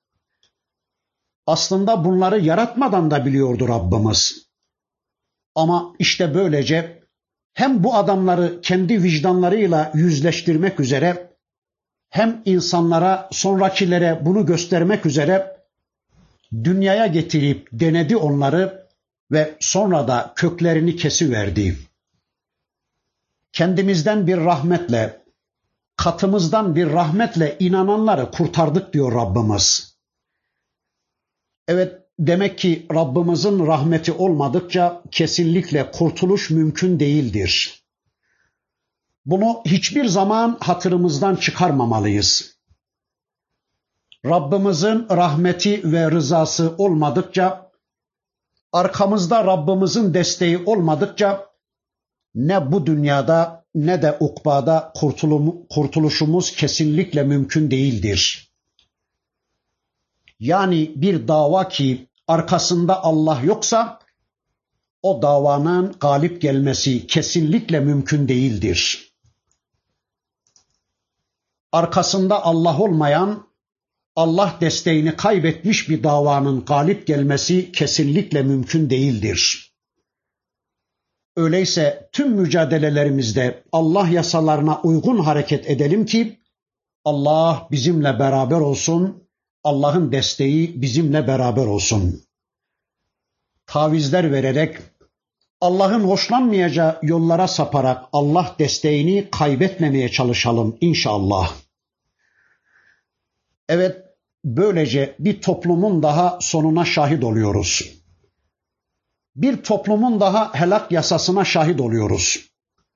Aslında bunları yaratmadan da biliyordu Rabbimiz. Ama işte böylece hem bu adamları kendi vicdanlarıyla yüzleştirmek üzere, hem insanlara, sonrakilere bunu göstermek üzere dünyaya getirip denedi onları ve sonra da köklerini kesiverdi. Kendimizden bir rahmetle, katımızdan bir rahmetle inananları kurtardık diyor Rabbimiz. Evet, demek ki Rabbimizin rahmeti olmadıkça kesinlikle kurtuluş mümkün değildir. Bunu hiçbir zaman hatırımızdan çıkarmamalıyız. Rabbimizin rahmeti ve rızası olmadıkça, arkamızda Rabbimizin desteği olmadıkça ne bu dünyada ne de ukbada kurtuluşumuz kesinlikle mümkün değildir. Yani bir dava ki arkasında Allah yoksa o davanın galip gelmesi kesinlikle mümkün değildir. Arkasında Allah olmayan, Allah desteğini kaybetmiş bir davanın galip gelmesi kesinlikle mümkün değildir. Öyleyse tüm mücadelelerimizde Allah yasalarına uygun hareket edelim ki Allah bizimle beraber olsun, Allah'ın desteği bizimle beraber olsun. Tavizler vererek, Allah'ın hoşlanmayacağı yollara saparak Allah desteğini kaybetmemeye çalışalım inşallah. Evet, böylece bir toplumun daha sonuna şahit oluyoruz. Bir toplumun daha helak yasasına şahit oluyoruz.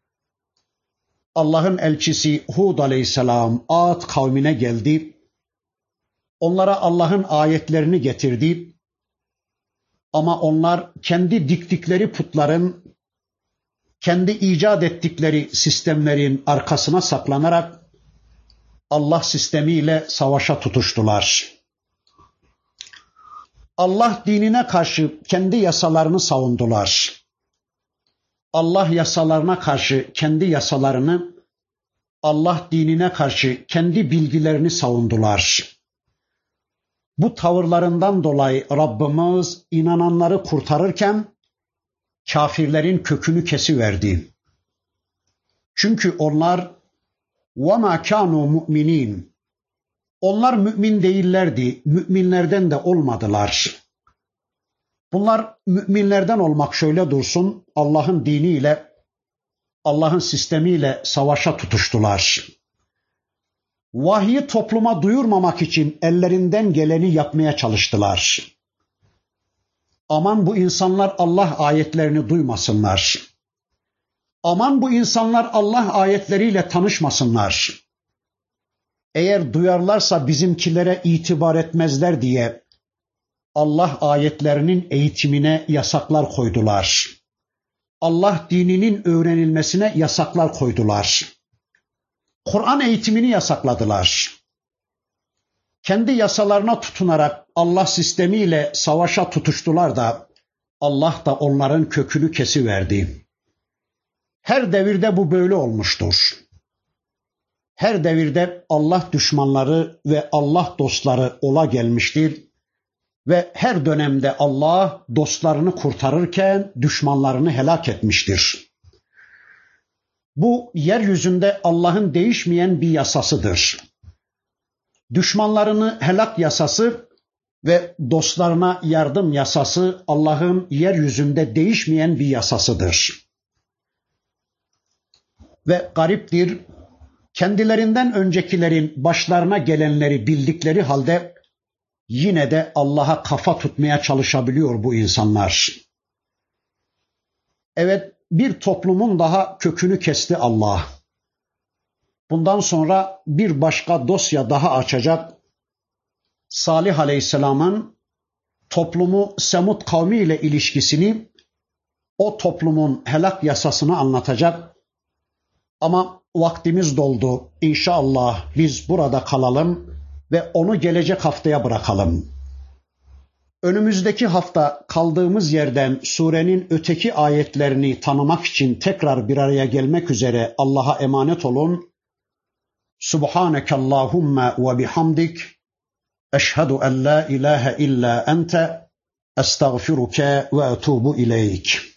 Allah'ın elçisi Hud aleyhisselam Ad kavmine geldi. Onlara Allah'ın ayetlerini getirdi. Ama onlar kendi diktikleri putların, kendi icat ettikleri sistemlerin arkasına saklanarak Allah sistemiyle savaşa tutuştular. Allah dinine karşı kendi yasalarını savundular. Allah yasalarına karşı kendi yasalarını, Allah dinine karşı kendi bilgilerini savundular. Bu tavırlarından dolayı Rabbimiz inananları kurtarırken kafirlerin kökünü kesiverdi. Çünkü onlar وَمَا كَانُوا مُؤْمِنِينَ Onlar mümin değillerdi, müminlerden de olmadılar. Bunlar müminlerden olmak şöyle dursun, Allah'ın diniyle, Allah'ın sistemiyle savaşa tutuştular. Vahyi topluma duyurmamak için ellerinden geleni yapmaya çalıştılar. Aman bu insanlar Allah ayetlerini duymasınlar. Aman bu insanlar Allah ayetleriyle tanışmasınlar. Eğer duyarlarsa bizimkilere itibar etmezler diye Allah ayetlerinin eğitimine yasaklar koydular. Allah dininin öğrenilmesine yasaklar koydular. Kur'an eğitimini yasakladılar. Kendi yasalarına tutunarak Allah sistemiyle savaşa tutuştular da Allah da onların kökünü kesiverdi. Her devirde bu böyle olmuştur. Her devirde Allah düşmanları ve Allah dostları ola gelmiştir ve her dönemde Allah dostlarını kurtarırken düşmanlarını helak etmiştir. Bu yeryüzünde Allah'ın değişmeyen bir yasasıdır. Düşmanlarını helak yasası ve dostlarına yardım yasası Allah'ın yeryüzünde değişmeyen bir yasasıdır. Ve gariptir, kendilerinden öncekilerin başlarına gelenleri bildikleri halde yine de Allah'a kafa tutmaya çalışabiliyor bu insanlar. Evet, bir toplumun daha kökünü kesti Allah. Bundan sonra bir başka dosya daha açacak. Salih Aleyhisselam'ın toplumu Semud kavmi ile ilişkisini, o toplumun helak yasasını anlatacak. Ama vaktimiz doldu. İnşallah biz burada kalalım ve onu gelecek haftaya bırakalım. Önümüzdeki hafta kaldığımız yerden surenin öteki ayetlerini tanımak için tekrar bir araya gelmek üzere Allah'a emanet olun. Subhaneke Allahumma ve bihamdik. Eşhedü en la ilahe illa ente. Estağfiruke ve etubu ileyk.